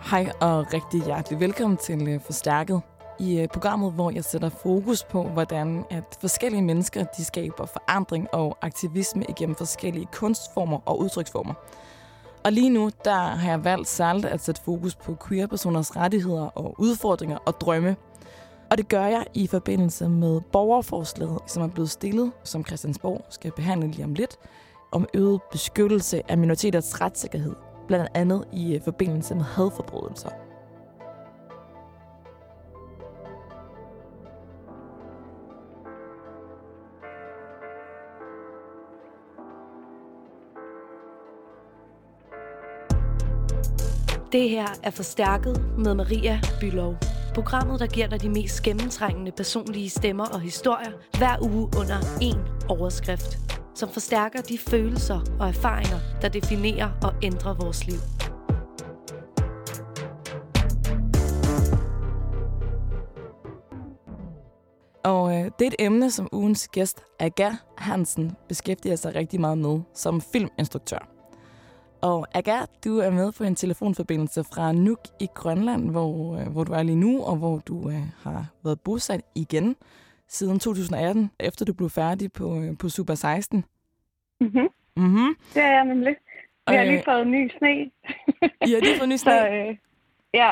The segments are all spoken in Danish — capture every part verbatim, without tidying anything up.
Hej og rigtig hjertelig velkommen til Forstærket. I programmet, hvor jeg sætter fokus på, hvordan at forskellige mennesker de skaber forandring og aktivisme igennem forskellige kunstformer og udtryksformer. Og lige nu der har jeg valgt særligt at sætte fokus på queer-personers rettigheder og udfordringer og drømme. Og det gør jeg i forbindelse med borgerforslaget, som er blevet stillet, som Christiansborg skal behandle lige om lidt, om øget beskyttelse af minoriteters retssikkerhed, blandt andet i forbindelse med hadforbrydelser. Det her er Forstærket med Maria Bülow. Programmet, der giver dig de mest gennemtrængende personlige stemmer og historier hver uge under én overskrift, som forstærker de følelser og erfaringer, der definerer og ændrer vores liv. Og øh, det er et emne, som ugens gæst, Aga Hansen, beskæftiger sig rigtig meget med som filminstruktør. Og Aga, du er med på en telefonforbindelse fra Nuuk i Grønland, hvor, øh, hvor du er lige nu, og hvor du øh, har været bosat igen siden to tusind atten, efter du blev færdig på, øh, på Super seksten. Mhm. Mhm. Det er jeg nemlig. Vi har lige fået ny sne. I har lige fået ny sne? så, øh, ja.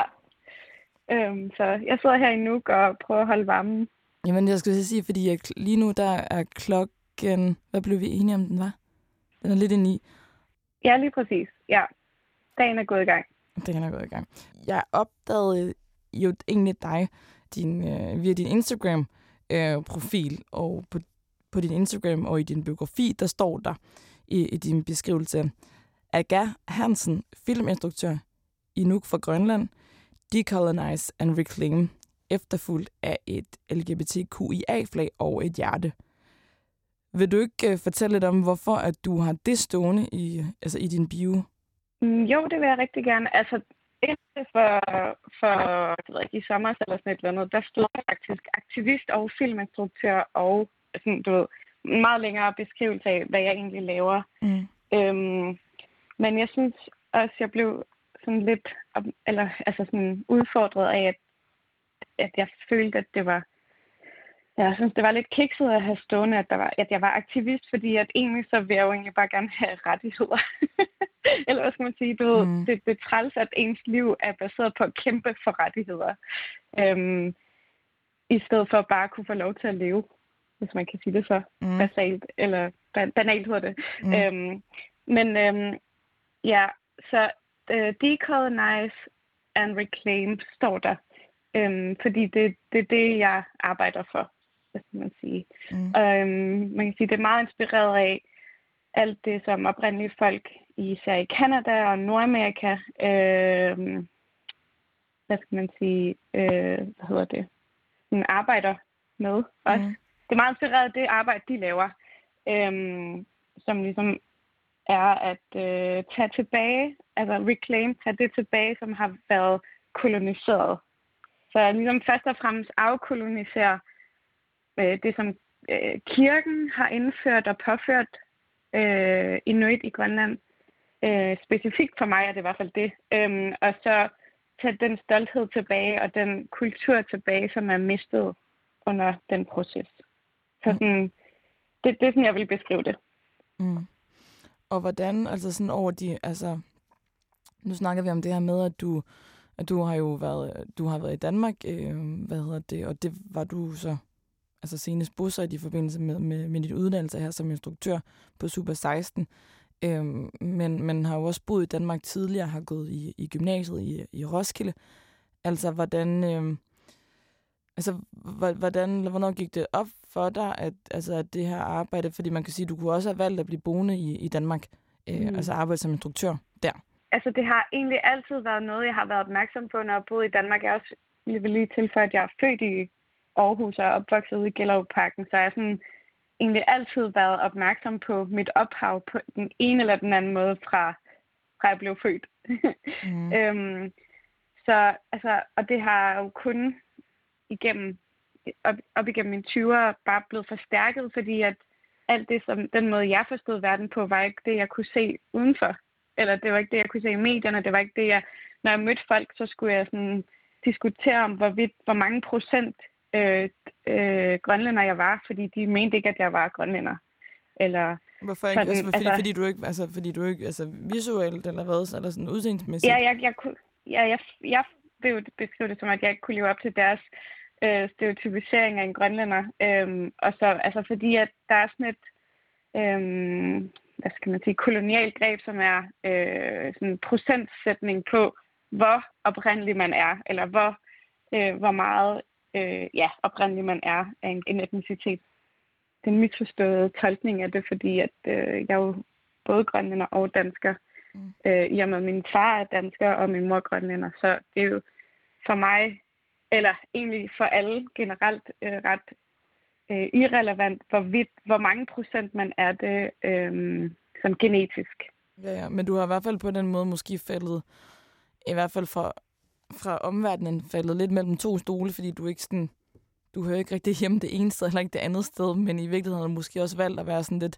Øhm, så jeg sidder her i Nuuk og prøver at holde varmen. Jamen, jeg skulle sige, fordi jeg, lige nu der er klokken... Hvad blev vi enige om, den var? Den er lidt ind i. Ja, lige præcis. Ja. Dagen er gået i gang. Dagen er gået i gang. Jeg opdagede jo egentlig dig din, øh, via din Instagram-profil, øh, og på, på din Instagram og i din biografi, der står der i, i din beskrivelse, Aga Hansen, filminstruktør i Nuuk for Grønland, Decolonize and Reclaim, efterfulgt af et L G B T Q I A-flag og et hjerte. Vil du ikke uh, fortælle lidt om, hvorfor at du har det stående i, altså i din bio? Mm, jo, det vil jeg rigtig gerne. Altså, indtil for, for jeg ved ikke, i sommer eller sådan et eller andet, der stod jeg faktisk aktivist og filminstruktør og sådan, du ved, en meget længere beskrivelse af, hvad jeg egentlig laver. Mm. Øhm, men jeg synes også, jeg blev sådan lidt eller, altså sådan udfordret af, at, at jeg følte, at det var Jeg synes, det var lidt kikset at have stående, at, der var, at jeg var aktivist, fordi at egentlig så vil jeg jo egentlig bare gerne have rettigheder. Eller hvad skal man sige? Du ved, mm. det, det er træls, at ens liv er baseret på at kæmpe for rettigheder. Øhm, I stedet for bare at kunne få lov til at leve, hvis man kan sige det så mm. basalt, eller banalt hedder det. Mm. Øhm, men øhm, ja, så uh, Decolonize and Reclaim står der. Øhm, fordi det, det er det, jeg arbejder for. Skal man sige. Mm. Øhm, man kan sige, det er meget inspireret af alt det, som oprindelige folk, især i Canada og Nordamerika, øhm, hvad skal man sige, øh, hvad hedder det, man arbejder med også. Mm. Det er meget inspireret af det arbejde, de laver, øhm, som ligesom er at øh, tage tilbage, altså reclaim, tage det tilbage, som har været koloniseret. Så ligesom først og fremmest afkolonisere det, som øh, kirken har indført og påført øh, inuit i Grønland. Øh, specifikt for mig er det i hvert fald det. Øhm, og så tage den stolthed tilbage og den kultur tilbage, som er mistet under den proces. Så sådan, det, det er sådan, jeg vil beskrive det. Mm. Og hvordan, altså sådan over de, altså, nu snakker vi om det her med, at du, at du har jo været, du har været i Danmark, øh, hvad hedder det, og det var du så altså senest bosat i forbindelse med, med, med dit uddannelse her som instruktør på Super seksten. Øhm, men man har jo også boet i Danmark tidligere, har gået i, i gymnasiet i, i Roskilde. Altså, hvordan, øhm, altså, hvordan, hvornår gik det op for dig, at, altså, at det her arbejde, fordi man kan sige, at du kunne også have valgt at blive boende i, i Danmark, øh, mm. altså arbejde som instruktør der. Altså, det har egentlig altid været noget, jeg har været opmærksom på, når jeg har boet i Danmark. Jeg, også, jeg vil lige tilføje, at jeg er født i Aarhus og opvokset ude i Gellerupparken, så jeg har sådan egentlig altid været opmærksom på mit ophav på den ene eller den anden måde fra, fra jeg blev født. Mm. øhm, så altså, og det har jo kun igennem op, op igennem mine tyvere bare blevet forstærket, fordi at alt det som den måde jeg forstod verden på var ikke det jeg kunne se udenfor eller det var ikke det, jeg kunne se i medierne, det var ikke det, jeg, når jeg mødte folk, så skulle jeg sådan diskutere om, hvorvidt, hvor mange procent øh, øh, grønlænder jeg var, fordi de mente ikke, at jeg var grønlænder. Eller hvorfor ikke? Sådan, altså, fordi, altså, fordi du ikke, altså, fordi du ikke, altså visuelt eller hvad, eller sådan udseendsmæssigt? Ja, jeg, jeg, jeg, jeg, jeg, jeg vil jo beskrive det som, at jeg ikke kunne leve op til deres øh, stereotypisering af en grønlænder. Øhm, og så, altså fordi, at der er sådan et, øhm, hvad skal man sige, kolonialt greb, som er øh, sådan en procentsætning på, hvor oprindelig man er, eller hvor, øh, hvor meget øh, ja, oprindelig man er af en, en etnicitet. Det er en misforstået tolkning af det, fordi at, øh, jeg er jo både grønlænder og dansker. Mm. Øh, I og med min far er dansker, og min mor er grønlænder. Så det er jo for mig, eller egentlig for alle generelt, øh, ret øh, irrelevant, hvor, vidt, hvor mange procent man er det øh, som genetisk. Ja, ja, men du har i hvert fald på den måde måske faldet, i hvert fald fra, fra omverdenen, faldet lidt mellem to stole, fordi du ikke sådan, du hører ikke rigtig hjemme det ene sted, eller ikke det andet sted, men i virkeligheden har du måske også valgt at være sådan lidt,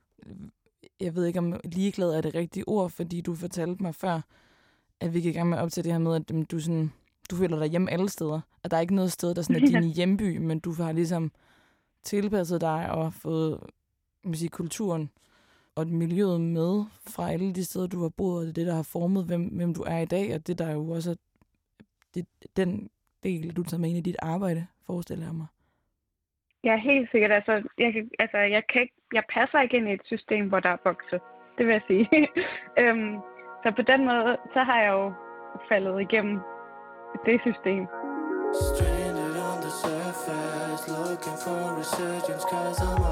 jeg ved ikke om ligeglad er det rigtige ord, fordi du fortalte mig før, at vi gik i gang med op til det her med, at du, sådan, du føler dig hjemme alle steder. At der er ikke noget sted, der sådan er din hjemby, men du har ligesom tilpasset dig og fået man sige, kulturen og miljøet med fra alle de steder, du har boet, og det er det, der har formet, hvem, hvem du er i dag, og det der er jo også det, den del, du tager med ind i dit arbejde, forestiller jeg mig. Ja, helt sikkert. Altså, jeg, kan, altså, jeg, kan ikke, jeg passer ikke ind i et system, hvor der er bokse. Det vil jeg sige. øhm, så på den måde, så har jeg jo faldet igennem det system. Stranded on the surface, looking for resurgence, cause I'm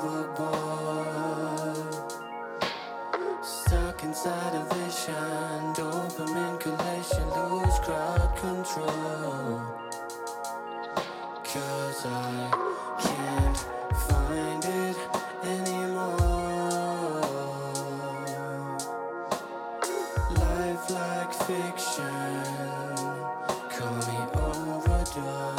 overboard. Stuck inside a vision, dopamine collection, lose crowd control. Cause I can't find it anymore. Life like fiction, call me overdose.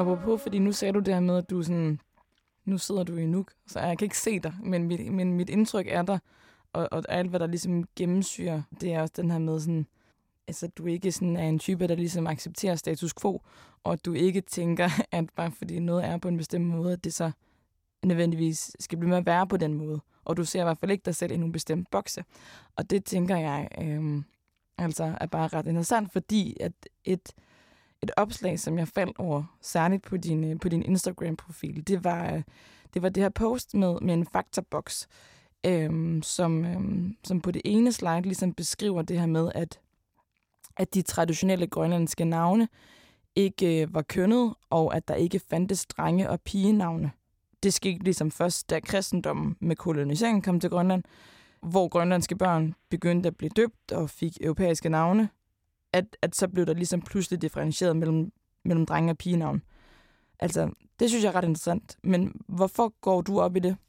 apropos, fordi nu sagde du det her med, at du sådan, nu sidder du i Nuuk, så jeg kan ikke se dig, men mit, men mit indtryk er der, og, og alt, hvad der ligesom gennemsyrer, det er også den her med sådan, altså du ikke sådan er en type, der ligesom accepterer status quo, og at du ikke tænker, at bare fordi noget er på en bestemt måde, at det så nødvendigvis skal blive med at være på den måde. Og du ser i hvert fald ikke dig selv i nogle bestemte bokse. Og det tænker jeg øhm, altså er bare ret interessant, fordi at et, et opslag, som jeg faldt over, særligt på din, på din Instagram-profil, det var, det var det her post med, med en faktaboks, øhm, som, øhm, som på det ene slide ligesom beskriver det her med, at, at de traditionelle grønlandske navne ikke øh, var kønnet, og at der ikke fandtes drenge- og pigenavne. Det skete ligesom først, da kristendommen med koloniseringen kom til Grønland, hvor grønlandske børn begyndte at blive døbt og fik europæiske navne, at, at så blev der ligesom pludselig differentieret mellem, mellem drenge- og pigenavn. Altså, det synes jeg er ret interessant. Men hvorfor går du op i det?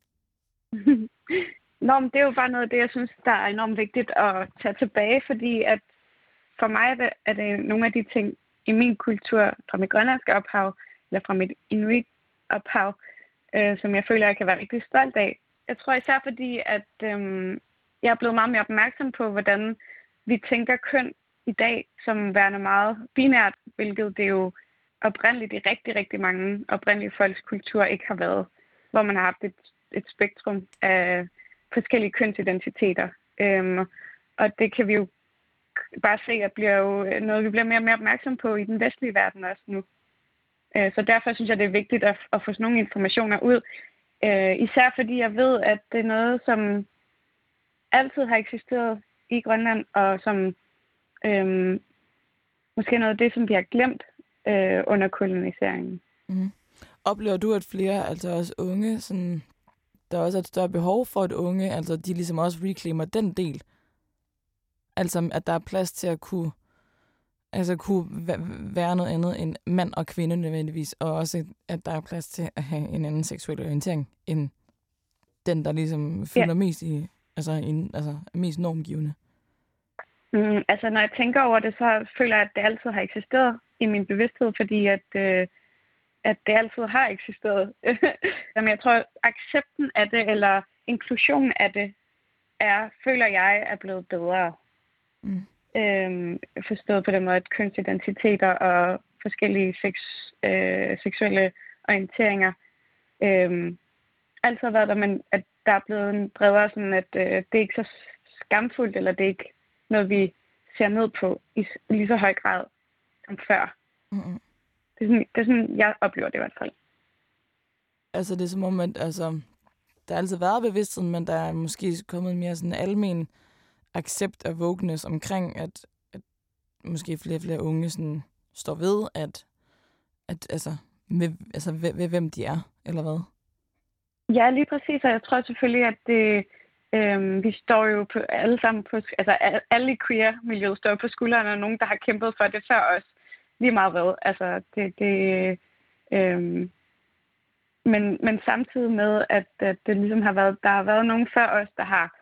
Nå, men det er jo bare noget af det, jeg synes, der er enormt vigtigt at tage tilbage, fordi at for mig er det, er det nogle af de ting i min kultur, fra mit grønlandske ophav, eller fra mit inuit ophav, øh, som jeg føler, jeg kan være rigtig stolt af. Jeg tror især fordi, at øh, jeg er blevet meget mere opmærksom på, hvordan vi tænker køn i dag, som værende meget binært, hvilket det jo oprindeligt i rigtig, rigtig mange oprindelige folks kultur ikke har været, hvor man har haft et, et spektrum af forskellige kønsidentiteter. Øhm, og det kan vi jo bare se, at bliver jo noget, vi bliver mere og mere opmærksom på i den vestlige verden også nu. Øh, så derfor synes jeg, det er vigtigt at, at få sådan nogle informationer ud. Øh, især fordi jeg ved, at det er noget, som altid har eksisteret i Grønland, og som øhm, måske noget af det, som vi har glemt øh, under koloniseringen. Mm. Oplever du, at flere, altså også unge, sådan, der også er et større behov for, at unge, altså de ligesom også reclaimer den del? Altså, at der er plads til at kunne, altså kunne være noget andet end mand og kvinde nødvendigvis, og også, at der er plads til at have en anden seksuel orientering, end den, der ligesom fylder ja. mest i, altså, in, altså mest normgivende. Mm, altså, når jeg tænker over det, så føler jeg, at det altid har eksisteret i min bevidsthed, fordi at, øh, at det altid har eksisteret. Jamen, jeg tror, accepten af det, eller inklusionen af det, er, føler jeg, er blevet bedre. Mm. Øhm, forstået på den måde, at kønsidentiteter og forskellige sex, øh, seksuelle orienteringer øhm, altid har været der, men at der er blevet bredere sådan, at øh, det er ikke så skamfuldt, eller det er ikke noget, vi ser ned på i lige så høj grad som før. Mm-hmm. Det er, sådan, det er sådan, jeg oplever det i hvert fald. Altså, det er som om, at altså, der har altid været bevidsthed, men der er måske kommet mere sådan almen accept af wokeness omkring, at, at måske flere og flere unge sådan står ved, at, at altså, ved, altså ved, ved, hvem de er, eller hvad? Ja, lige præcis, og jeg tror selvfølgelig, at det, øhm, vi står jo på, alle sammen på, altså alle i queer-miljøet står på skuldrene af nogen, der har kæmpet for det før os, lige meget hvad. Altså, det, det øhm, men, men samtidig med, at, at det ligesom har været, der har været nogen før os, der har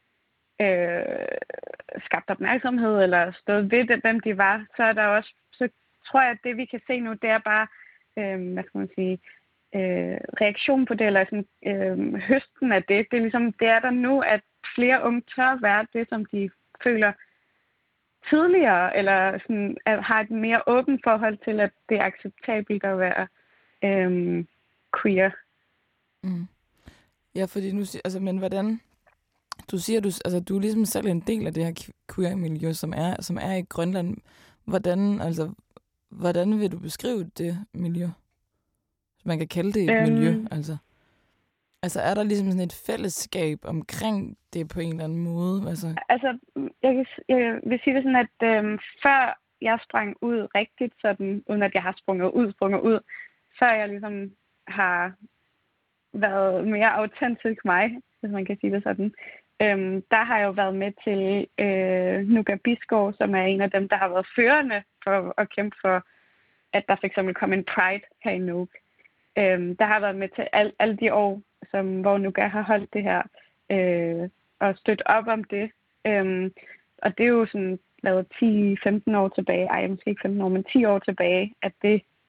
Øh, skabt opmærksomhed eller stået ved det, hvem de var, så er der også, så tror jeg, at det vi kan se nu, det er bare, øh, hvad skal man sige, øh, reaktion på det, eller sådan, øh, høsten af det. Det er ligesom, det er der nu, at flere unge tør være det, som de føler tidligere, eller sådan, at har et mere åbent forhold til, at det er acceptabelt at være øh, queer. Mm. Ja, fordi nu, altså, men hvordan Du siger, du, altså, du er ligesom selv en del af det her queer-miljø, som er, som er i Grønland. Hvordan, altså, hvordan vil du beskrive det miljø? Man kan kalde det et øhm. miljø, altså. Altså, er der ligesom sådan et fællesskab omkring det på en eller anden måde? Altså, altså jeg, kan, jeg vil sige det sådan, at øhm, før jeg sprang ud rigtigt, sådan, uden at jeg har sprunget ud, sprunget ud, før jeg ligesom har været mere autentisk mig, hvis man kan sige det sådan, Øhm, der har jeg jo været med til øh, Nuka Bisgaard, som er en af dem, der har været førende for at kæmpe for, at der for eksempel kom en Pride her i Nuuk. Øhm, der har været med til al, alle de år, som, hvor Nuka har holdt det her, øh, og stødt op om det. Øhm, og det er jo sådan lavet ti femten år tilbage, ej måske ikke femten år, men ti år tilbage, at det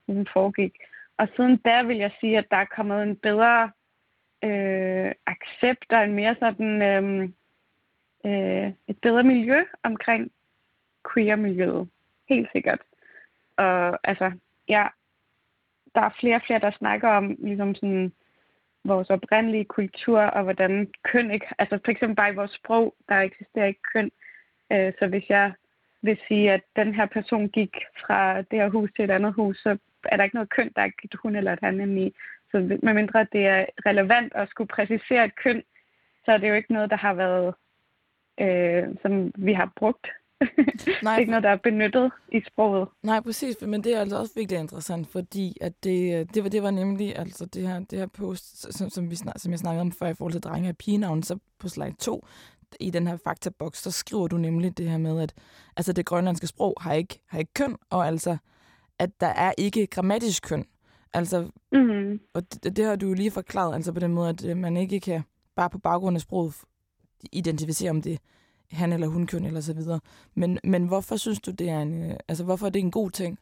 ligesom foregik. Og siden da vil jeg sige, at der er kommet en bedre øh, accept og en mere sådan, øh, øh, et bedre miljø omkring queer-miljøet. Helt sikkert. Og altså, ja, der er flere og flere, der snakker om ligesom sådan, vores oprindelige kultur, og hvordan køn ikke... Altså for eksempel bare i vores sprog, der eksisterer ikke køn. Øh, så hvis jeg vil sige, at den her person gik fra det her hus til et andet hus, så er der ikke noget køn, der er et hun eller et han inde i. Så medmindre det er relevant at skulle præcisere et køn, så er det jo ikke noget, der har været... Øh, som vi har brugt. Nej, det er ikke noget, der er benyttet i sproget. Nej, præcis, men det er altså også virkelig interessant, fordi at det, det, var, det var nemlig altså det her, det her post, som, som, vi snak, som jeg snakkede om før i forhold til drenge og pigenavn, så på slide to i den her faktaboks, så skriver du nemlig det her med, at altså det grønlandske sprog har ikke, har ikke køn, og altså at der er ikke grammatisk køn. Altså, mm-hmm. og det, det har du jo lige forklaret, altså på den måde, at man ikke kan bare på baggrund af sproget identificere, om det han eller hun køn eller så videre. Men, men hvorfor synes du, det er en, altså hvorfor er det en god ting?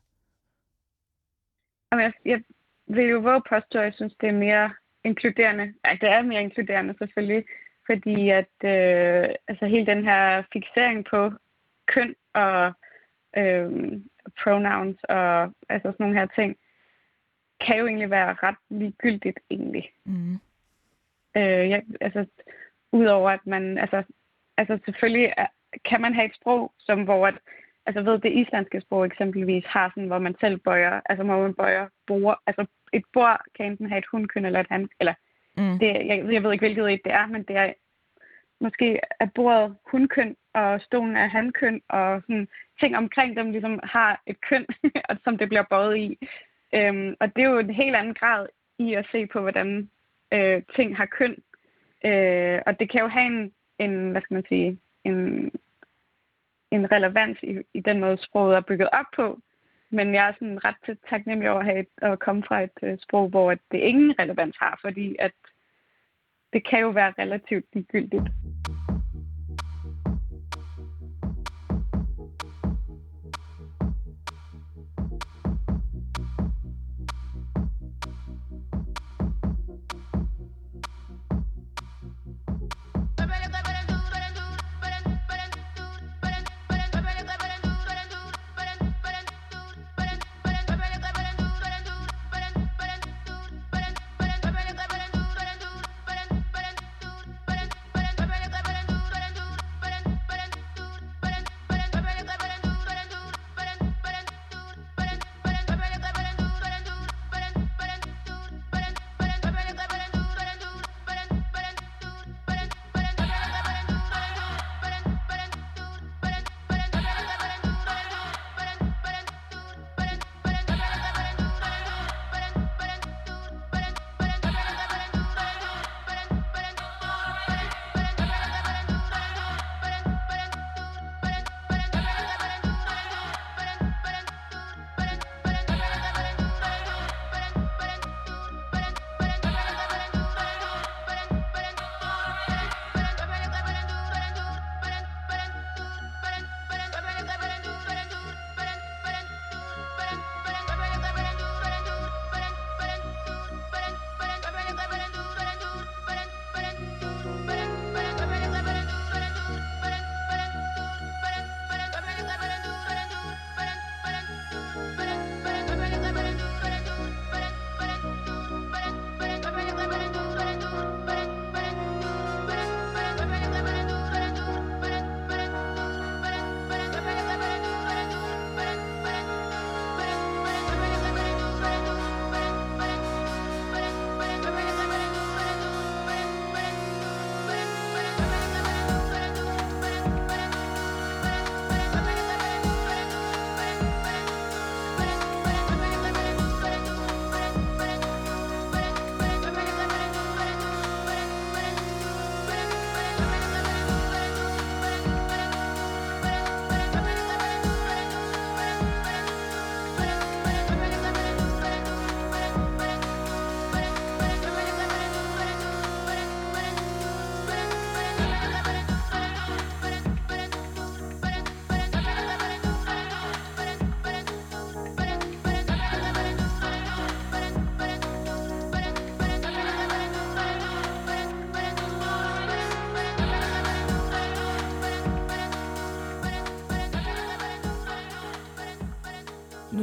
Jamen, jeg, jeg vil jo våge påstå, at jeg synes, det er mere inkluderende. Ja, det er mere inkluderende selvfølgelig, fordi at øh, altså hele den her fiksering på køn og øh, pronouns og altså sådan nogle her ting, kan jo egentlig være ret ligegyldigt egentlig. Mm. Øh, jeg, altså, udover at man, altså Altså selvfølgelig kan man have et sprog, som hvor at, altså ved det islandske sprog eksempelvis har sådan, hvor man selv bøjer, altså hvor man bøjer bord. Altså et bord kan enten have et hunkøn eller et han, eller mm. det, jeg, jeg ved ikke hvilket et det er, men det er måske at bordet hunkøn og stolen er hankøn og sådan ting omkring dem ligesom har et køn, som det bliver bøjet i. Øhm, og det er jo en helt anden grad i at se på, hvordan øh, ting har køn. Øh, og det kan jo have en en, hvad skal man sige, en, en relevans i, i den måde, sproget er bygget op på. Men jeg er sådan ret taknemmelig over at, have et, at komme fra et uh, sprog, hvor det ingen relevans har, fordi at det kan jo være relativt ligegyldigt.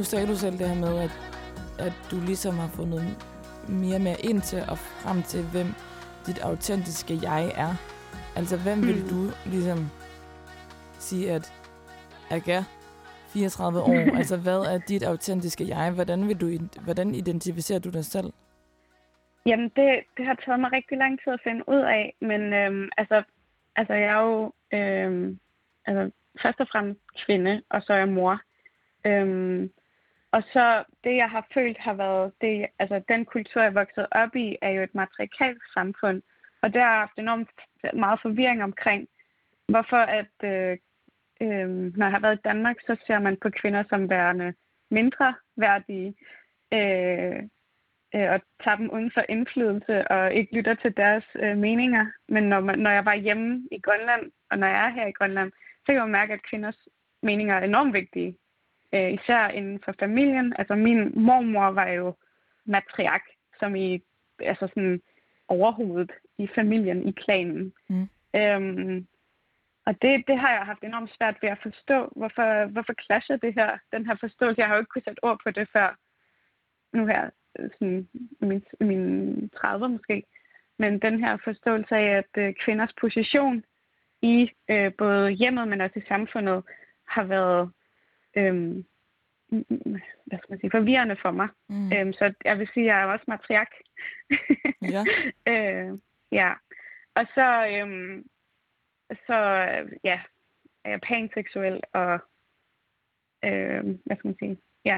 nu sagde du selv det her med, at, at du ligesom har fundet mere og mere ind til og frem til, hvem dit autentiske jeg er. Altså, hvem mm. vil du ligesom sige, at Aga, fireogtredive år, altså, hvad er dit autentiske jeg? Hvordan vil du, hvordan identificerer du dig selv? Jamen, det, det har taget mig rigtig lang tid at finde ud af, men øhm, altså, altså, jeg er jo øhm, altså, først og fremmest kvinde, og så er jeg mor. Øhm, og så det, jeg har følt, har været, det, altså, den kultur, jeg er vokset op i, er jo et matriarkalsk samfund, og der har haft enormt meget forvirring omkring, hvorfor at, øh, øh, når jeg har været i Danmark, så ser man på kvinder som værende mindre værdige, øh, og tager dem uden for indflydelse og ikke lytter til deres øh, meninger. Men når, man, når jeg var hjemme i Grønland, og når jeg er her i Grønland, så kan jeg mærke, at kvinders meninger er enormt vigtige. Øh, især inden for familien. Altså min mormor var jo matriark, som i altså sådan overhovedet i familien, i klanen. Mm. Øhm, og det, det har jeg haft enormt svært ved at forstå. Hvorfor, hvorfor clasher det her, den her forståelse? Jeg har jo ikke kunnet sætte ord på det før nu her. Sådan, min, min trediver måske, men den her forståelse af, at øh, kvinders position i øh, både hjemmet, men også i samfundet, har været øh, hvad skal man sige, forvirrende for mig. Mm. Øhm, så jeg vil sige, at jeg er også matriark. Ja. øh, ja. Og så, øh, så ja, er jeg panseksuel, og øh, hvad skal man sige, ja,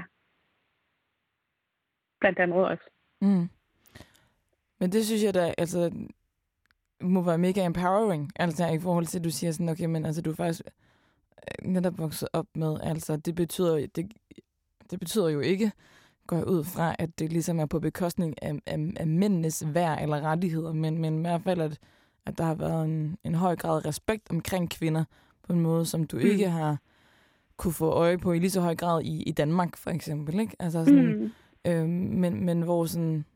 blandt andet også. Mm. Men det synes jeg da, altså, må være mega empowering, altså i forhold til, at du siger sådan, okay, men altså, du er faktisk netop vokset op med, altså, det betyder, det, det betyder jo ikke, går jeg ud fra, at det ligesom er på bekostning af, af, af mændenes værd eller rettigheder, men, men i hvert fald, at, at der har været en, en høj grad af respekt omkring kvinder, på en måde, som du mm. ikke har kunne få øje på i lige så høj grad i, i Danmark, for eksempel, ikke? Altså sådan, mm. Øhm, men, men hvor sådan,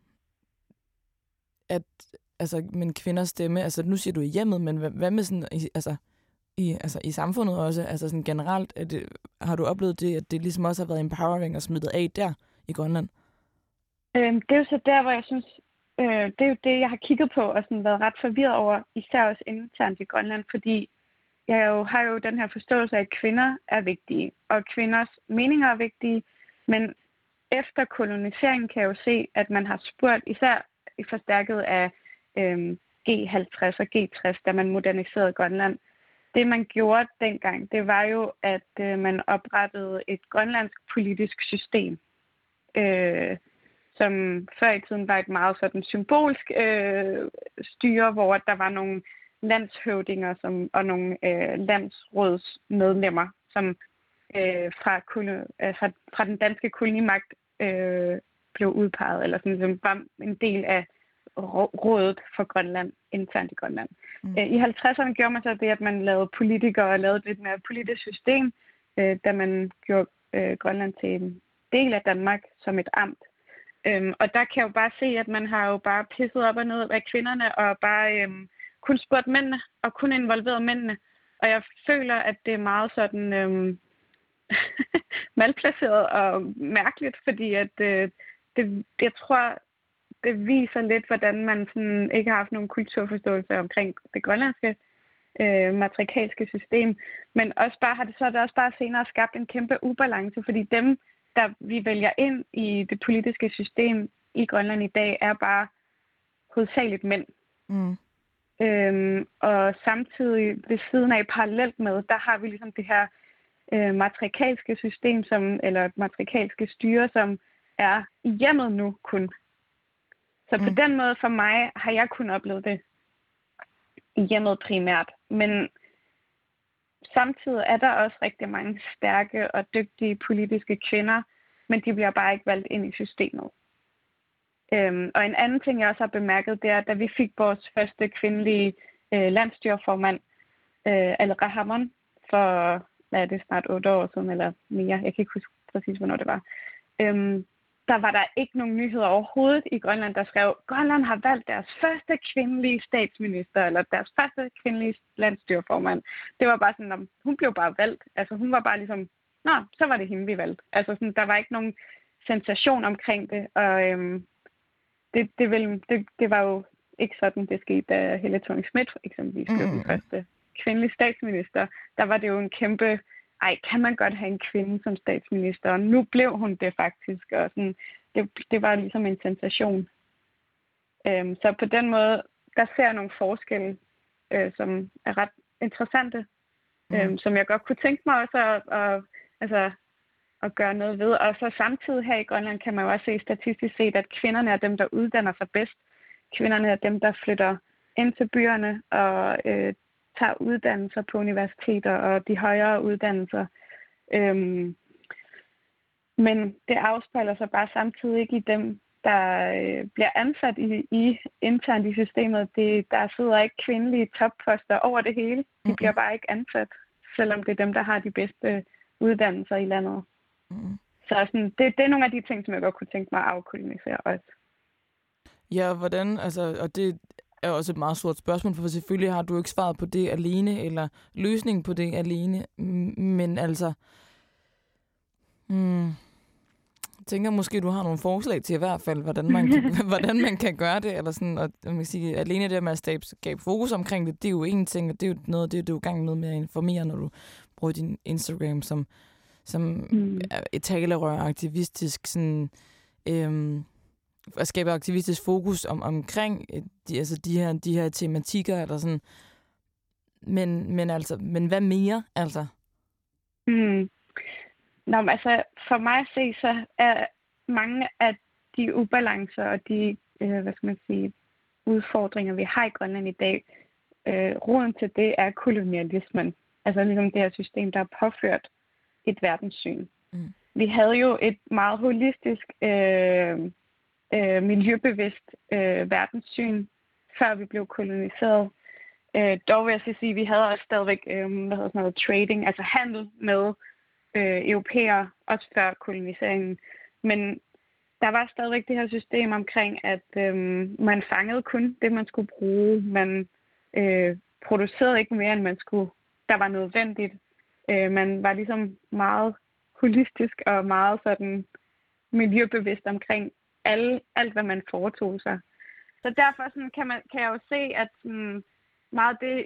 at, altså, men kvinders stemme, altså nu siger du i hjemmet, men hvad, hvad med sådan, i, altså, i, altså i samfundet også, altså sådan generelt, at det, har du oplevet det, at det ligesom også har været empowering og smittet af der i Grønland? Øhm, det er jo så der, hvor jeg synes, øh, det er jo det, jeg har kigget på og sådan været ret forvirret over, især også internt i Grønland, fordi jeg jo, har jo den her forståelse af, at kvinder er vigtige, og kvinders meninger er vigtige, men efter koloniseringen kan jeg jo se, at man har spurgt, især i forstærket af øhm, G halvtreds og G tres, da man moderniserede Grønland. Det, man gjorde dengang, det var jo, at øh, man oprettede et grønlandsk politisk system, øh, som før i tiden var et meget sådan symbolsk øh, styre, hvor der var nogle landshøvdinger som, og nogle øh, landsrådsmedlemmer, som øh, fra, øh, fra, fra den danske kolonimagt øh, blev udpeget, eller sådan, som var en del af rådet for Grønland, internt i Grønland. Mm. Øh, I halvtredserne gjorde man så det, at man lavede politikere og lavede et lidt mere politisk system, øh, da man gjorde øh, Grønland til en del af Danmark som et amt. Øhm, og der kan jeg jo bare se, at man har jo bare pisset op og ned af kvinderne, og bare øhm, kun spurgt mændene, og kun involveret mændene. Og jeg føler, at det er meget sådan øhm, malplaceret og mærkeligt, fordi at øh, det, jeg tror, det viser lidt, hvordan man sådan ikke har haft nogen kulturforståelse omkring det grønlandske øh, matriarkalske system. Men også bare har det så det også bare senere skabt en kæmpe ubalance, fordi dem, der vi vælger ind i det politiske system i Grønland i dag, er bare hovedsageligt mænd. Mm. Øhm, og samtidig ved siden af parallelt med, der har vi ligesom det her øh, matriarkalske system, som, eller matriarkalske styre, som er i hjemmet nu kun. Så mm. på den måde for mig har jeg kun oplevet det i hjemmet primært. Men samtidig er der også rigtig mange stærke og dygtige politiske kvinder, men de bliver bare ikke valgt ind i systemet. Øhm, og en anden ting, jeg også har bemærket, det er, at da vi fik vores første kvindelige øh, landsstyreformand, øh, Al Rahamon, for hvad er det, snart otte år siden eller mere, jeg kan ikke huske præcis, hvornår det var, øhm, der var der ikke nogen nyheder overhovedet i Grønland, der skrev, Grønland har valgt deres første kvindelige statsminister, eller deres første kvindelige landsstyreformand. Det var bare sådan, hun blev bare valgt. Altså hun var bare ligesom nå, så var det hende, vi valgte. Altså sådan, der var ikke nogen sensation omkring det, og øhm, det, det, vil, det, det var jo ikke sådan, det skete, da Helle Thorning-Schmidt eksempelvis blev mm. den første kvindelige statsminister. Der var det jo en kæmpe, ej, kan man godt have en kvinde som statsminister? Og nu blev hun det faktisk, og sådan, det, det var ligesom en sensation. Øhm, så på den måde, der ser jeg nogle forskelle, øh, som er ret interessante, mm. øhm, som jeg godt kunne tænke mig også at, at, altså, at gøre noget ved. Og så samtidig her i Grønland kan man jo også se statistisk set, at kvinderne er dem, der uddanner sig bedst. Kvinderne er dem, der flytter ind til byerne og øh, tager uddannelser på universiteter og de højere uddannelser. Øhm, men det afspejler sig bare samtidig ikke i dem, der øh, bliver ansat i, i internt i systemet. Det, der sidder ikke kvindelige topposter over det hele. De bliver bare ikke ansat, selvom det er dem, der har de bedste uddannelser i landet. Mm. Så sådan, det, det er nogle af de ting, som jeg godt kunne tænke mig at afkolonisere også. Ja, hvordan, altså, og det er også et meget stort spørgsmål, for selvfølgelig har du ikke svaret på det alene, eller løsningen på det alene, men altså, hmm, jeg tænker måske, du har nogle forslag til i hvert fald, hvordan man kan, hvordan man kan gøre det, eller sådan, og man kan sige, alene det med at skabe fokus omkring det, det er jo en ting, og det er jo noget, det er du i gang med med at informere, når du bruger din Instagram som, som mm. et talerør, aktivistisk, sådan, øhm, at skabe aktivistisk fokus om, omkring de, altså de, her, de her tematikker, eller sådan. Men, men, altså, men hvad mere, altså? Mm. Nå, men altså, for mig at se, så er mange af de ubalancer og de, øh, hvad skal man sige, udfordringer, vi har i Grønland i dag, øh, roden til det er kolonialismen. Altså ligesom det her system, der har påført et verdenssyn. Mm. Vi havde jo et meget holistisk, øh, øh, miljøbevidst øh, verdenssyn, før vi blev koloniseret. Øh, dog vil jeg sige, at vi havde også stadigvæk øh, hvad hedder sådan noget, trading, altså handel med øh, europæere, også før koloniseringen. Men der var stadigvæk det her system omkring, at øh, man fangede kun det, man skulle bruge. Man øh, producerede ikke mere, end man skulle. Der var nødvendigt. Øh, man var ligesom meget holistisk og meget sådan miljøbevidst omkring alle, alt, hvad man foretog sig. Så derfor sådan, kan, man, kan jeg jo se, at sådan, meget det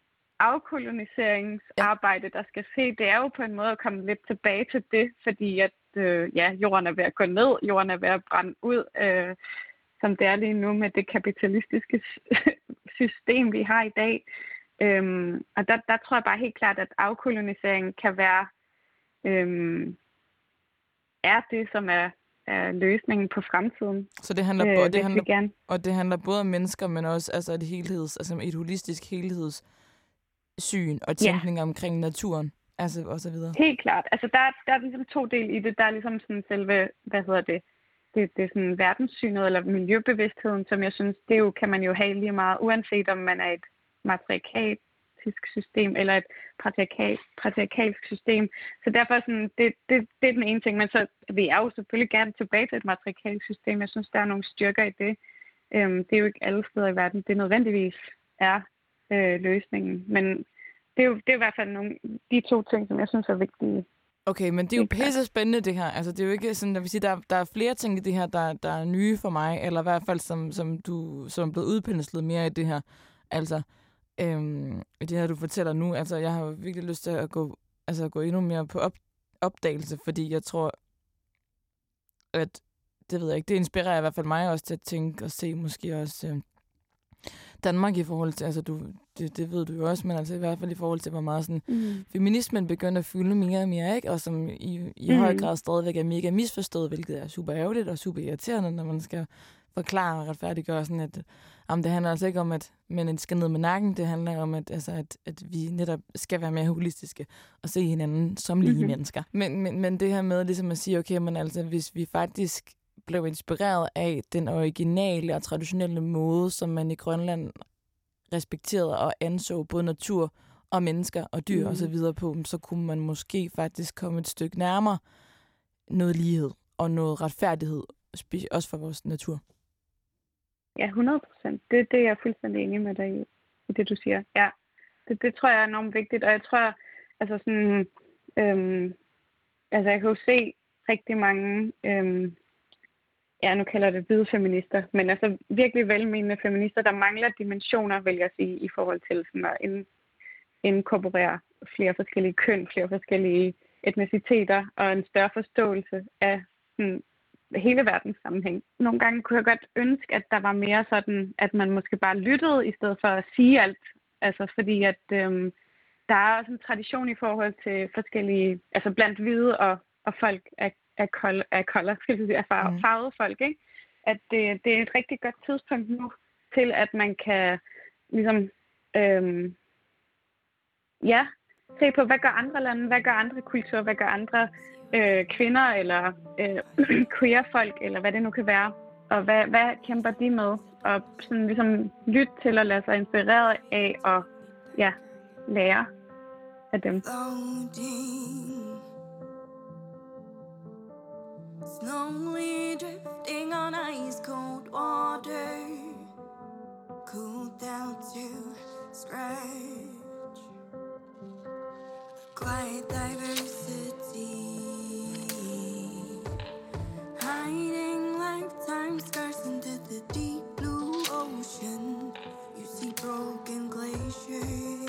afkoloniseringsarbejde, der skal se, det er jo på en måde at komme lidt tilbage til det, fordi at øh, ja, jorden er ved at gå ned, jorden er ved at brænde ud, øh, som det er lige nu med det kapitalistiske system, vi har i dag. Øhm, og der, der tror jeg bare helt klart, at afkoloniseringen kan være øhm, er det, som er, er løsningen på fremtiden. Så det handler, øh, og, det handler og det handler både om mennesker, men også altså et helheds, altså et holistisk helhedssyn og tænkning ja. omkring naturen, altså og så videre. Helt klart. Altså der, der er ligesom to dele i det. Der er ligesom sådan selve, hvad hedder det, det, det er sådan verdenssynet eller miljøbevidstheden, som jeg synes, det jo kan man jo have lige meget, uanset om man er et matriarkatisk system eller et patriarkal, patriarkalsk system. Så derfor sådan, det, det, det er den ene ting. Men så vil jeg jo selvfølgelig gerne tilbage til et matriarkalsk system. Jeg synes, der er nogle styrker i det. Øhm, det er jo ikke alle steder i verden, det nødvendigvis er øh, løsningen. Men det er jo det er i hvert fald nogle, de to ting, som jeg synes er vigtige. Okay, men det er jo pisse spændende, det her. Altså, det er jo ikke sådan, at vi siger, der, der er flere ting i det her, der, der er nye for mig, eller i hvert fald, som, som du som er blevet udpenslet mere i det her. Altså, øhm, det her, du fortæller nu, altså, jeg har jo virkelig lyst til at gå, altså, gå endnu mere på op, opdagelse, fordi jeg tror, at, det ved jeg ikke, det inspirerer i hvert fald mig også til at tænke og se måske også øh, Danmark i forhold til, altså, du, det, det ved du jo også, men altså i hvert fald i forhold til, hvor meget sådan, mm. feminismen begynder at fylde mere og mere, ikke? Og som i, i mm. høj grad stadigvæk er mega misforstået, hvilket er super ærgerligt og super irriterende, når man skal forklare og retfærdiggøre sådan, at om det handler altså ikke om, at mænd skal ned med nakken. Det handler om, at, altså, at, at vi netop skal være mere holistiske og se hinanden som lige mm-hmm. mennesker. Men, men, men det her med ligesom at sige, okay, men altså, hvis vi faktisk blev inspireret af den originale og traditionelle måde, som man i Grønland respekterede og anså både natur og mennesker og dyr mm. og så videre på, så kunne man måske faktisk komme et stykke nærmere noget lighed og noget retfærdighed, også for vores natur. Ja, hundrede procent. Det, det er jeg fuldstændig enig med dig i, i det, du siger. Ja, det, det tror jeg er enormt vigtigt, og jeg tror, altså sådan, øhm, altså jeg kan jo se rigtig mange, øhm, ja, nu kalder det hvide feminister, men altså virkelig velmenende feminister, der mangler dimensioner, vil jeg sige, i forhold til sådan at ind, inkorporere flere forskellige køn, flere forskellige etniciteter og en større forståelse af sådan, hele verdens sammenhæng. Nogle gange kunne jeg godt ønske, at der var mere sådan, at man måske bare lyttede, i stedet for at sige alt. Altså fordi, at øhm, der er også en tradition i forhold til forskellige, altså blandt hvide og, og folk af, af, kol, af kolder, skal jeg sige, af farve, farvede folk, ikke? At det, det er et rigtig godt tidspunkt nu til, at man kan ligesom, øhm, ja, se på, hvad gør andre lande, hvad gør andre kulturer, hvad gør andre øh, kvinder eller øh, queer-folk, eller hvad det nu kan være, og hvad, hvad kæmper de med, og sådan ligesom lytte til at lade sig inspirere af og ja, lære af dem. Slowly drifting on ice cold water, cooled down to scratch. Quiet diversity, hiding lifetime scars into the deep blue ocean. You see broken glaciers.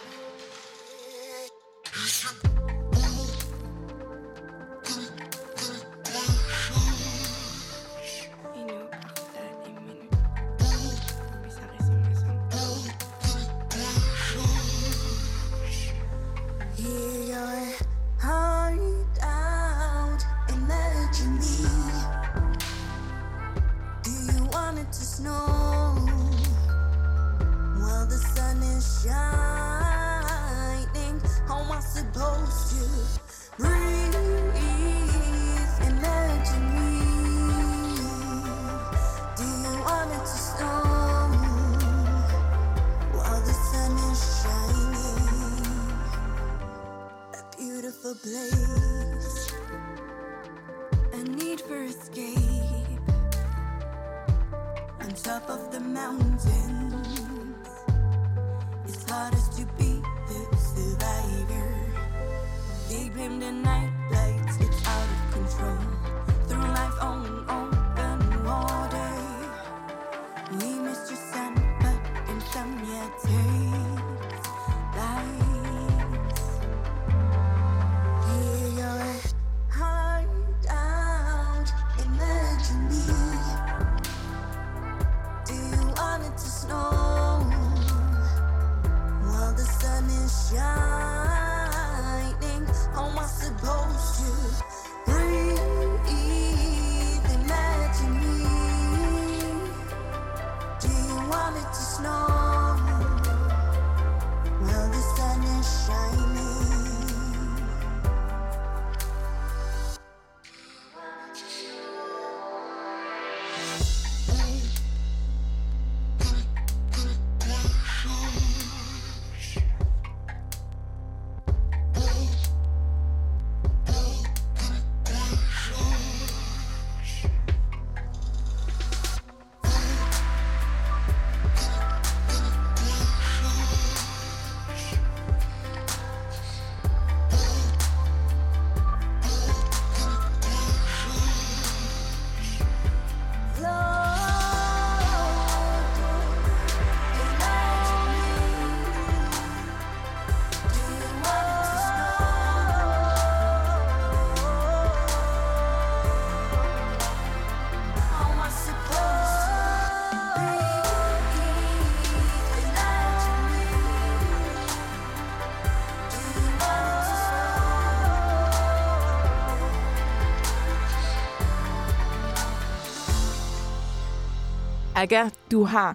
Aga, du har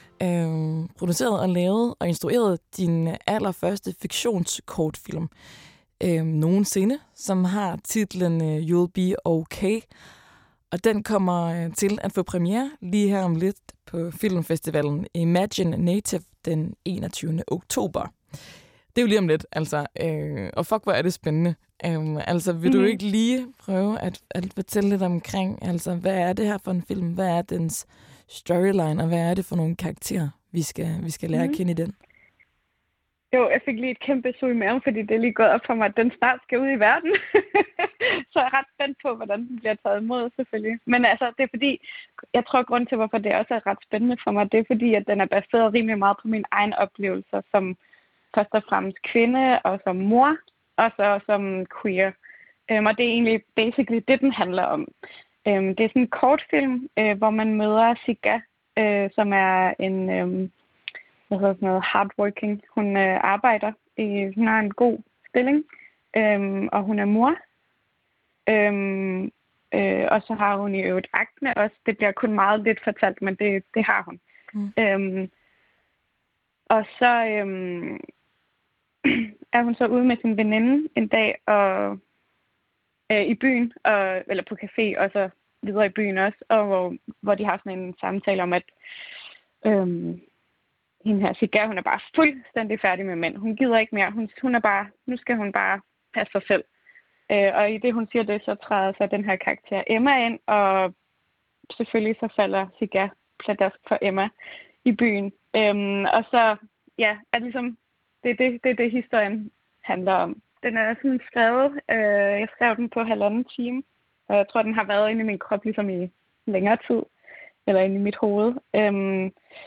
øh, produceret og lavet og instrueret din allerførste fiktionskortfilm øh, nogensinde, som har titlen øh, You'll Be Okay. Og den kommer øh, til at få premiere lige her om lidt på filmfestivalen Imagine Native den enogtyvende oktober. Det er jo lige om lidt, altså. Øh, og fuck, hvor er det spændende. Øh, altså, vil mm-hmm. du ikke lige prøve at, at fortælle lidt omkring, altså, hvad er det her for en film? Hvad er dens storyline, og hvad er det for nogle karakterer, vi skal, vi skal lære mm-hmm. at kende i den? Jo, jeg fik lige et kæmpe sug i maven, fordi det er lige gået op for mig, at den snart skal ud i verden. Så jeg er ret spændt på, hvordan den bliver taget imod, selvfølgelig. Men altså, det er fordi, jeg tror, grund til, hvorfor det også er ret spændende for mig, det er fordi, at den er baseret rimelig meget på mine egne oplevelser som først og fremmest kvinde og som mor, og så som queer. Um, og det er egentlig basically det, den handler om. Um, det er sådan en kortfilm, uh, hvor man møder Sigga, uh, som er en... Um, hvad hedder sådan noget, hardworking. Hun øh, arbejder, i, hun har en god stilling, øhm, og hun er mor. Øhm, øh, og så har hun i øvrigt akne også. Det bliver kun meget lidt fortalt, men det, det har hun. Mm. Øhm, og så øhm, er hun så ude med sin veninde en dag og, øh, i byen, og, eller på café, og så videre i byen også, og hvor, hvor de har sådan en samtale om, at øhm, hende her Sigga, hun er bare fuldstændig færdig med mænd. Hun gider ikke mere. Hun, hun er bare, nu skal hun bare passe sig selv. Øh, og i det, hun siger det, så træder så den her karakter Emma ind, og selvfølgelig så falder Sigga pladask for Emma i byen. Øhm, og så, ja, er det ligesom, det er det, det, det, historien handler om. Den er sådan skrevet, øh, jeg skrev den på halvanden time, og jeg tror, den har været inde i min krop ligesom i længere tid, eller inde i mit hoved. Øhm,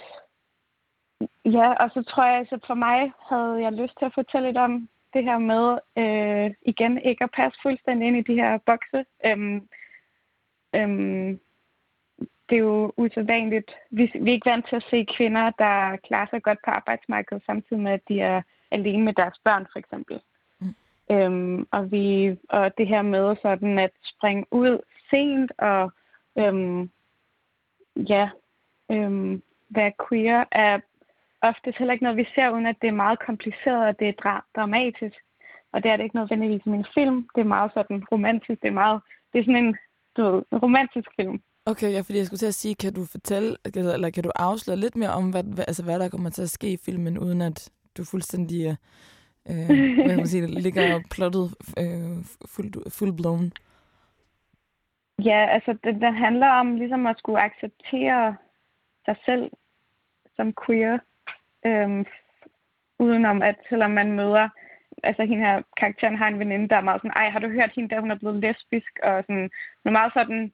Ja, og så tror jeg, at for mig havde jeg lyst til at fortælle lidt om det her med, øh, igen, ikke at passe fuldstændig ind i de her bokse. Øhm, øhm, det er jo usædvanligt. Vi, vi er ikke vant til at se kvinder, der klarer sig godt på arbejdsmarkedet, samtidig med, at de er alene med deres børn, for eksempel. Mm. Øhm, og, vi, og det her med sådan at springe ud sent og øhm, ja, øhm, være queer er oftest heller ikke noget, vi ser, uden at det er meget kompliceret, og det er dra- dramatisk. Og det er det ikke nødvendigvis i min film. Det er meget sådan romantisk. Det er meget, det er sådan en, du ved, en romantisk film. Okay, ja, fordi jeg skulle til at sige, kan du fortælle, eller kan du afsløre lidt mere om, hvad, hvad, altså, hvad der kommer til at ske i filmen, uden at du fuldstændig, øh, hvad kan man sige, ligger plottet øh, full, full blown? Ja, altså det, det handler om ligesom at skulle acceptere sig selv som queer. Øhm, udenom at selvom man møder, altså hende her karakteren har en veninde, der er meget sådan, ej, har du hørt hende, der hun er blevet lesbisk, og sådan, hun er meget sådan,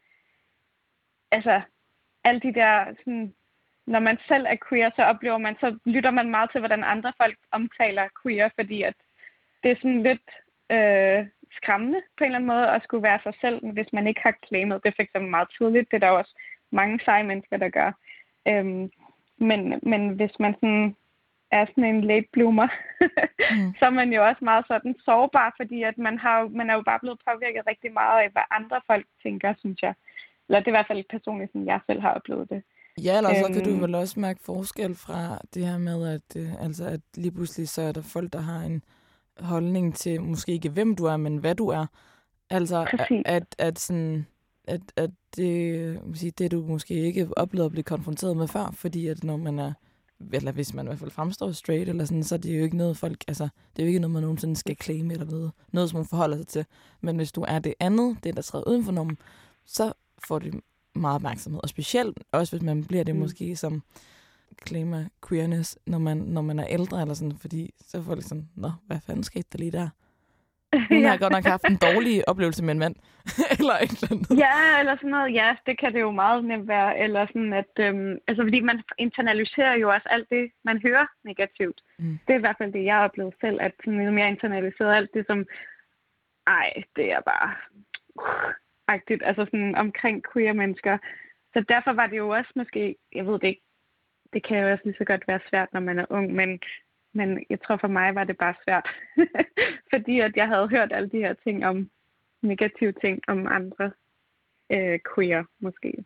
altså, alle de der, sådan, når man selv er queer, så oplever man, så lytter man meget til, hvordan andre folk omtaler queer, fordi at det er sådan lidt øh, skræmmende på en eller anden måde, at skulle være sig selv, hvis man ikke har claimet. Det er for eksempel meget tydeligt, det er der også mange seje mennesker, der gør. Øhm, men, men hvis man sådan er sådan en late bloomer, mm. så er man jo også meget sådan sårbar, fordi at man, har, man er jo bare blevet påvirket rigtig meget af, hvad andre folk tænker, synes jeg. Eller det er i hvert fald personligt, som jeg selv har oplevet det. Ja, eller så kan du vel også mærke forskel fra det her med, at, øh, altså, at lige pludselig så er der folk, der har en holdning til, måske ikke hvem du er, men hvad du er. Altså, at, at, at, sådan, at, at det, sige, det du måske ikke oplevede at blive konfronteret med før, fordi at når man er, eller hvis man i hvert fald fremstår straight, eller sådan, så er det jo ikke noget folk, altså, det er jo ikke noget, man nogensinde skal claim eller noget, noget, som man forholder sig til. Men hvis du er det andet, det der træder uden for normen, så får du meget opmærksomhed, og specielt også, hvis man bliver det mm. måske som claimer queerness, når man, når man er ældre, eller sådan, fordi så får det sådan, nå, hvad fanden skete der lige der? Hun har godt nok haft en dårlig oplevelse med en mand, eller et eller andet. Ja, eller sådan noget, ja, det kan det jo meget nemt være, eller sådan at, øhm, altså fordi man internaliserer jo også alt det, man hører negativt. Mm. Det er i hvert fald det, jeg har oplevet selv, at sådan mere internaliseret alt det, som, ej, det er bare uh, agtigt, altså sådan omkring queer mennesker. Så derfor var det jo også måske, jeg ved det ikke, det kan jo også lige så godt være svært, når man er ung, men, men jeg tror for mig var det bare svært. Fordi at jeg havde hørt alle de her ting om, negative ting om andre øh, queer måske.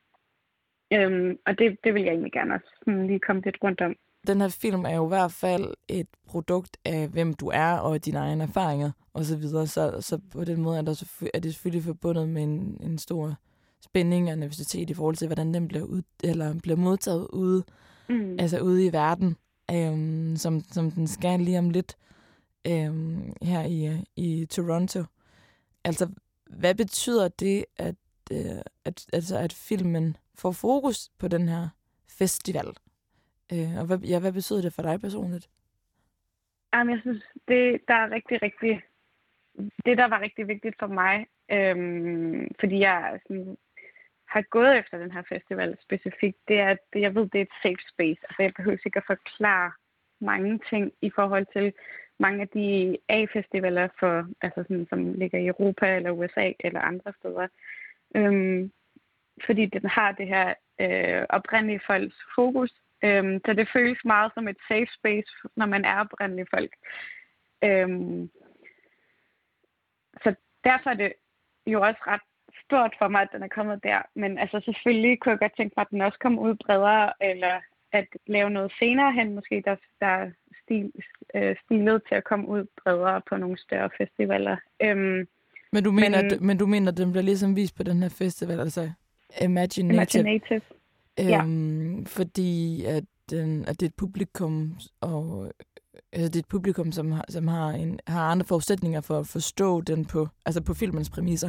Øhm, og det, det vil jeg egentlig gerne også sådan lige komme lidt rundt om. Den her film er jo i hvert fald et produkt af, hvem du er, og dine egne erfaringer osv. Så, så, så på den måde er, der, er det selvfølgelig forbundet med en, en stor spænding og nervøsitet i forhold til, hvordan den bliver, ud, eller bliver modtaget ude, mm. altså ude i verden, øhm, som, som den skal lige om lidt øhm, her i, i Toronto. Altså, hvad betyder det, at, øh, at, altså, at filmen får fokus på den her festival? Øh, og hvad, ja, hvad betyder det for dig personligt? Jamen, jeg synes, det, der er rigtig, rigtig... Det, der var rigtig vigtigt for mig, øhm, fordi jeg sådan, har gået efter den her festival specifikt, det er, at jeg ved, det er et safe space. Altså, jeg behøver ikke at forklare mange ting i forhold til mange af de A-festivaler, for, altså sådan, som ligger i Europa eller U S A eller andre steder. Øhm, fordi den har det her øh, oprindelige folks fokus. Øhm, så det føles meget som et safe space, når man er oprindelige folk. Øhm, så derfor er det jo også ret stort for mig, at den er kommet der. Men altså selvfølgelig kunne jeg godt tænke mig, at den også kom ud bredere, eller at lave noget senere hen, måske der, der er stil, øh, stilet til at komme ud bredere på nogle større festivaler. Øhm, men, du mener, men, at, men du mener, at den bliver ligesom vist på den her festival, altså Imaginative? Imaginative. Øhm, ja. Fordi at, den, at det er et publikum, og altså det er et publikum, som har, som har, en, har andre forudsætninger for at forstå den på, altså på filmens præmisser.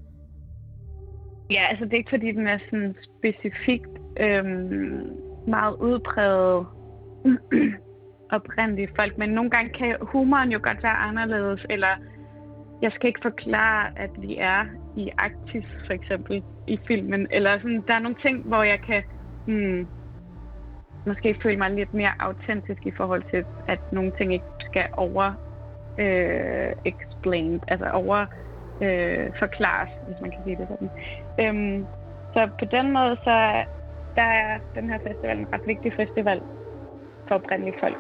Ja, altså det er ikke fordi, den er sådan specifikt øhm, meget udpræget oprindelige folk, men nogle gange kan humoren jo godt være anderledes, eller jeg skal ikke forklare, at vi er i Arktis, for eksempel, i filmen, eller sådan, der er nogle ting, hvor jeg kan hmm, måske føle mig lidt mere autentisk i forhold til, at nogle ting ikke skal over øh, explained, altså over øh, forklares, hvis man kan sige det sådan. Øhm, så på den måde, så der er den her festival en ret vigtig festival for oprindelige folk.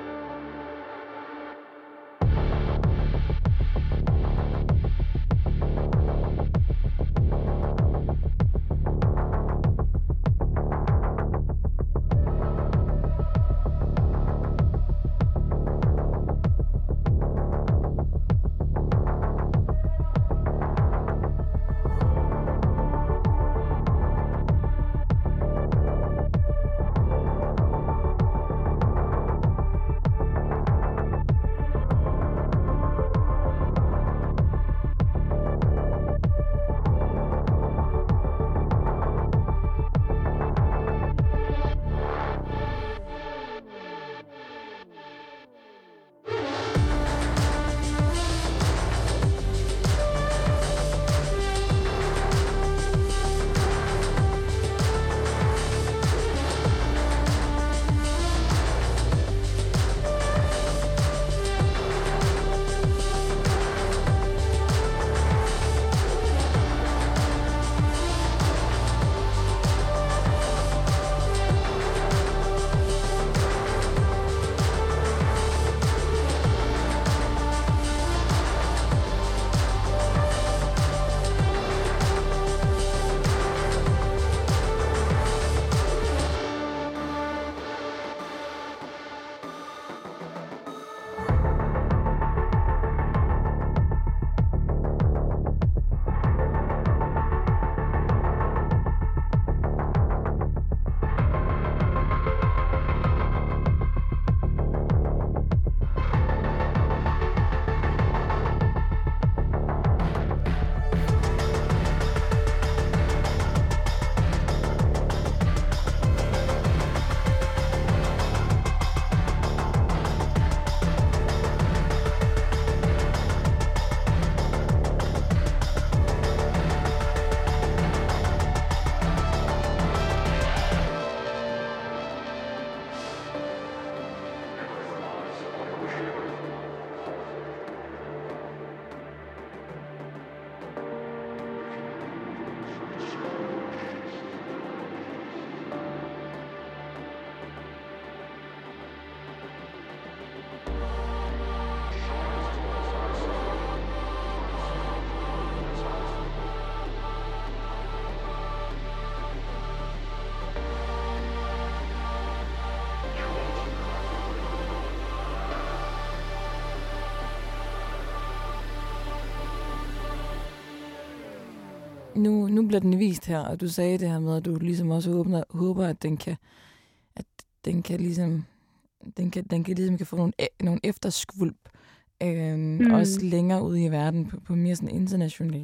Nu, nu bliver den vist her, og du sagde det her med, at du ligesom også håber, håber at den kan, at den kan ligesom, den kan, den kan ligesom kan få nogle, nogle efterskvulp, øh, mm. også længere ude i verden på, på mere sådan internationalt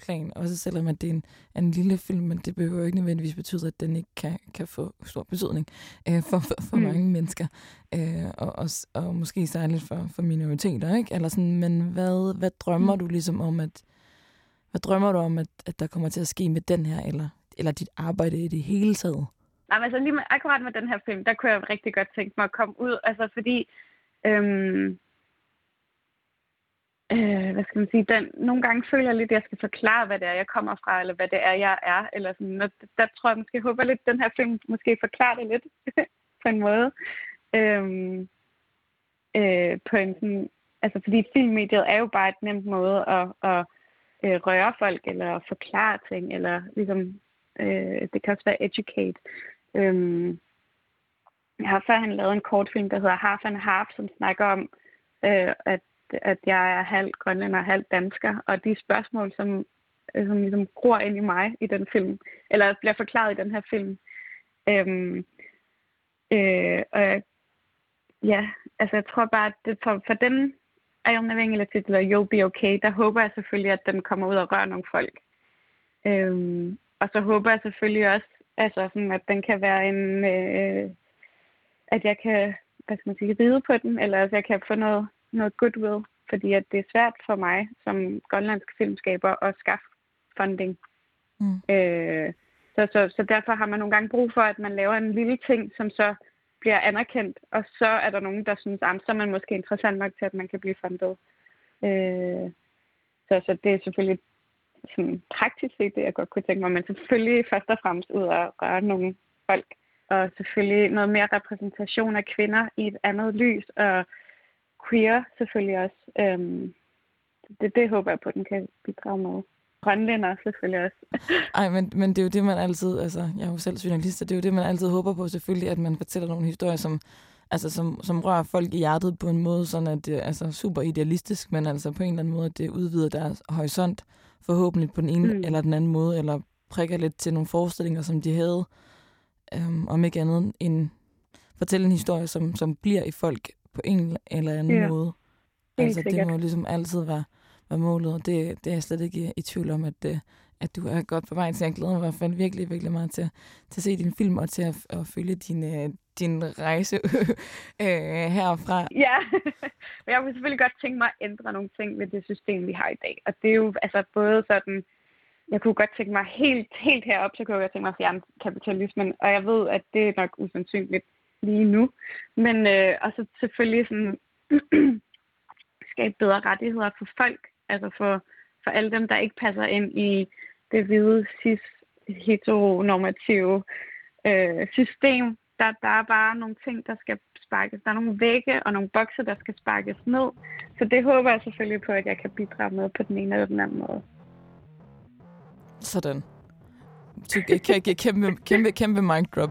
plan. Også selvom at det er en, en lille film, men det behøver ikke nødvendigvis betyde, at den ikke kan, kan få stor betydning øh, for, for, for mm. mange mennesker. Øh, og, og, og måske særligt for, for minoriteter, ikke? Eller sådan, men hvad, hvad drømmer mm. du ligesom om, at hvad drømmer du om, at, at der kommer til at ske med den her, eller, eller dit arbejde i det hele taget? Jamen, altså lige med, akkurat med den her film, der kunne jeg rigtig godt tænke mig at komme ud, altså fordi øhm, øh, hvad skal man sige, den, nogle gange føler jeg lidt, at jeg skal forklare, hvad det er, jeg kommer fra, eller hvad det er, jeg er, eller sådan, og der tror jeg måske, jeg håber lidt, at den her film måske forklarer det lidt, på en måde. Øhm, øh, på en sådan, altså fordi filmmediet er jo bare et nemt måde at, at øh, røre folk, eller forklare ting, eller ligesom, øh, det kan også være educate. Øhm, jeg har førhen lavet en kortfilm, der hedder Half and Half, som snakker om, øh, at at jeg er halv grønlænder og halv dansker, og de spørgsmål, som, som ligesom gror ind i mig i den film, eller bliver forklaret i den her film. Øhm, øh, og ja, altså jeg tror bare, at det for, for den I'll Never English eller You'll Be Okay, der håber jeg selvfølgelig, at den kommer ud og rører nogle folk. Øhm, og så håber jeg selvfølgelig også, altså sådan, at den kan være en, øh, at jeg kan, hvad skal man sige, ride på den, eller at jeg kan få noget noget goodwill, fordi at det er svært for mig som grønlandsk filmskaber at skaffe funding. Mm. Øh, så, så, så derfor har man nogle gange brug for, at man laver en lille ting, som så bliver anerkendt, og så er der nogen, der synes, at så er man måske interessant nok til, at man kan blive fundet. Øh, så, så det er selvfølgelig sådan praktisk set, det jeg godt kunne tænke mig, men selvfølgelig først og fremmest ud og røre nogle folk, og selvfølgelig noget mere repræsentation af kvinder i et andet lys, og queer selvfølgelig også. Øhm, det, det håber jeg på, at den kan bidrage med. Grønlænder selvfølgelig også. Ej, men, men det er jo det, man altid, altså jeg er jo selv journalist, og det er jo det, man altid håber på selvfølgelig, at man fortæller nogle historier, som, altså, som, som rører folk i hjertet på en måde, sådan at det er altså, super idealistisk, men altså på en eller anden måde, at det udvider deres horisont, forhåbentlig på den ene mm. eller den anden måde, eller prikker lidt til nogle forestillinger, som de havde, øhm, om ikke andet end fortælle en historie, som, som bliver i folk på en eller anden ja. måde. Altså, det sikkert. Må ligesom altid være, være målet, og det, det er jeg slet ikke i tvivl om, at, at du er godt på vej til. Jeg glæder mig i hvert fald virkelig, virkelig meget til, til at se din film, og til at, at følge din, din rejse øh, herfra. Ja, men jeg kunne selvfølgelig godt tænke mig at ændre nogle ting ved det system, vi har i dag. Og det er jo altså både sådan, jeg kunne godt tænke mig helt, helt herop, så kunne jeg godt tænke mig at fjerne kapitalismen, og jeg ved, at det er nok usandsynligt lige nu. Men øh, også selvfølgelig sådan skabe bedre rettigheder for folk, altså for, for alle dem, der ikke passer ind i det hvide, cis, heteronormative øh, system. Der, der er bare nogle ting, der skal sparkes. Der er nogle vægge og nogle bokse, der skal sparkes ned. Så det håber jeg selvfølgelig på, at jeg kan bidrage med på den ene eller den anden måde. Sådan. Kæmpe, kæmpe, kæmpe mic drop.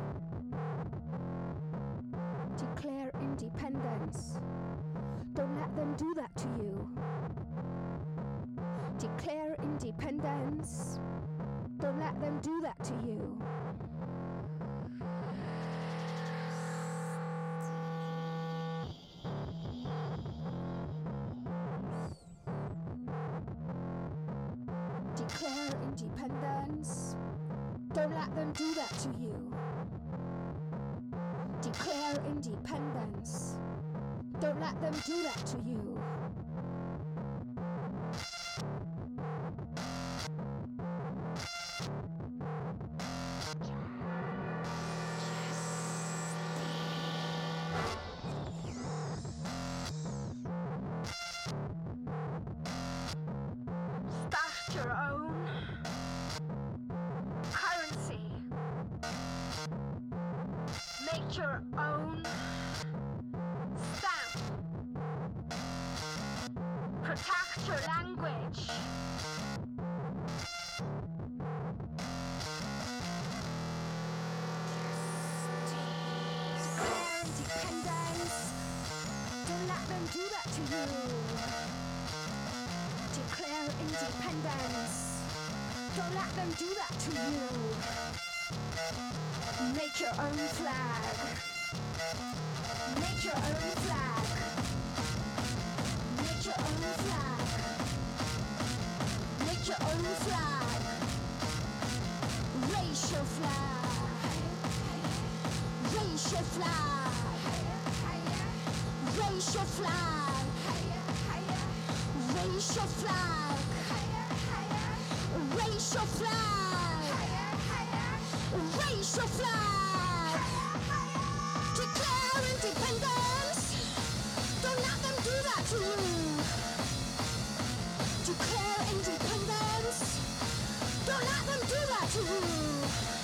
Don't let them do that to you. Declare independence. Don't let them do that to you. Declare independence. Don't let them do that to you. Declare independence. Don't let them do that to you. Start your own currency. Make your own stamp. Protect your language. Declare independence. Don't let them do that to you. Declare independence. Don't let them do that to you. Make your own flag. Make your own flag. Make your own flag. Make your own flag. your flag. Raise your flag. Raise your flag. Raise your flag. Raise your flag. Raise your flag. Declare independence. Don't let them do that to you. Declare independence. Don't let them do that to you.